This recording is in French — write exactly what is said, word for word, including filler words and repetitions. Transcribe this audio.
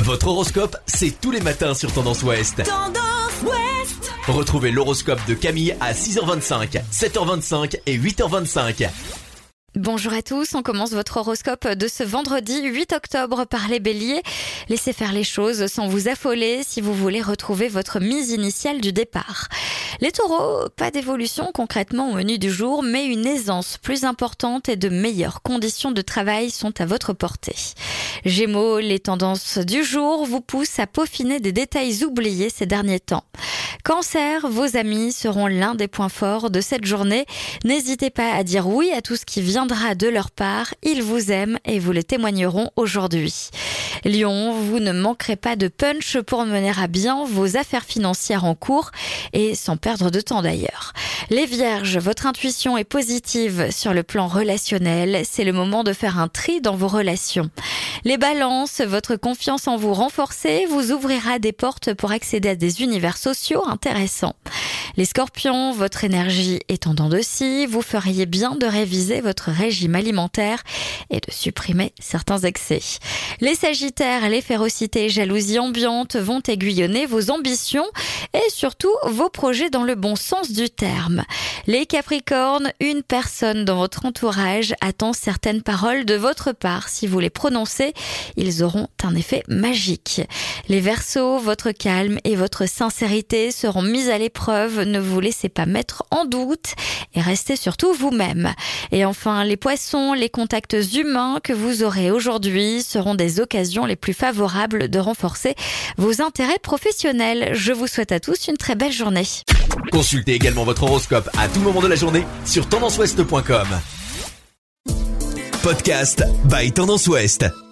Votre horoscope, c'est tous les matins sur Tendance Ouest. Tendance Ouest. Retrouvez l'horoscope de Camille à six heures vingt-cinq, sept heures vingt-cinq et huit heures vingt-cinq. Bonjour à tous, on commence votre horoscope de ce vendredi huit octobre par les béliers. Laissez faire les choses sans vous affoler si vous voulez retrouver votre mise initiale du départ. Les taureaux, pas d'évolution concrètement au menu du jour, mais une aisance plus importante et de meilleures conditions de travail sont à votre portée. Gémeaux, les tendances du jour vous poussent à peaufiner des détails oubliés ces derniers temps. Cancer, vos amis seront l'un des points forts de cette journée. N'hésitez pas à dire oui à tout ce qui viendra de leur part. Ils vous aiment et vous le témoigneront aujourd'hui. Lion, vous ne manquerez pas de punch pour mener à bien vos affaires financières en cours et sans perdre de temps d'ailleurs. Les Vierges, votre intuition est positive sur le plan relationnel. C'est le moment de faire un tri dans vos relations. Les Balances, votre confiance en vous renforcée vous ouvrira des portes pour accéder à des univers sociaux intéressants. Les Scorpions, votre énergie est en dents de scie, vous feriez bien de réviser votre régime alimentaire et de supprimer certains excès. Les Sagittaires, les férocités et jalousies ambiantes vont aiguillonner vos ambitions et surtout vos projets dans le bon sens du terme. Les Capricornes, une personne dans votre entourage attend certaines paroles de votre part. Si vous les prononcez, ils auront un effet magique. Les Verseaux, votre calme et votre sincérité seront mises à l'épreuve. Ne vous laissez pas mettre en doute et restez surtout vous-même. Et enfin, les Poissons, les contacts humains que vous aurez aujourd'hui seront des occasions les plus favorables de renforcer vos intérêts professionnels. Je vous souhaite à tous une très belle journée. Consultez également votre horoscope à tout moment de la journée sur tendance ouest point com. Podcast by Tendance Ouest.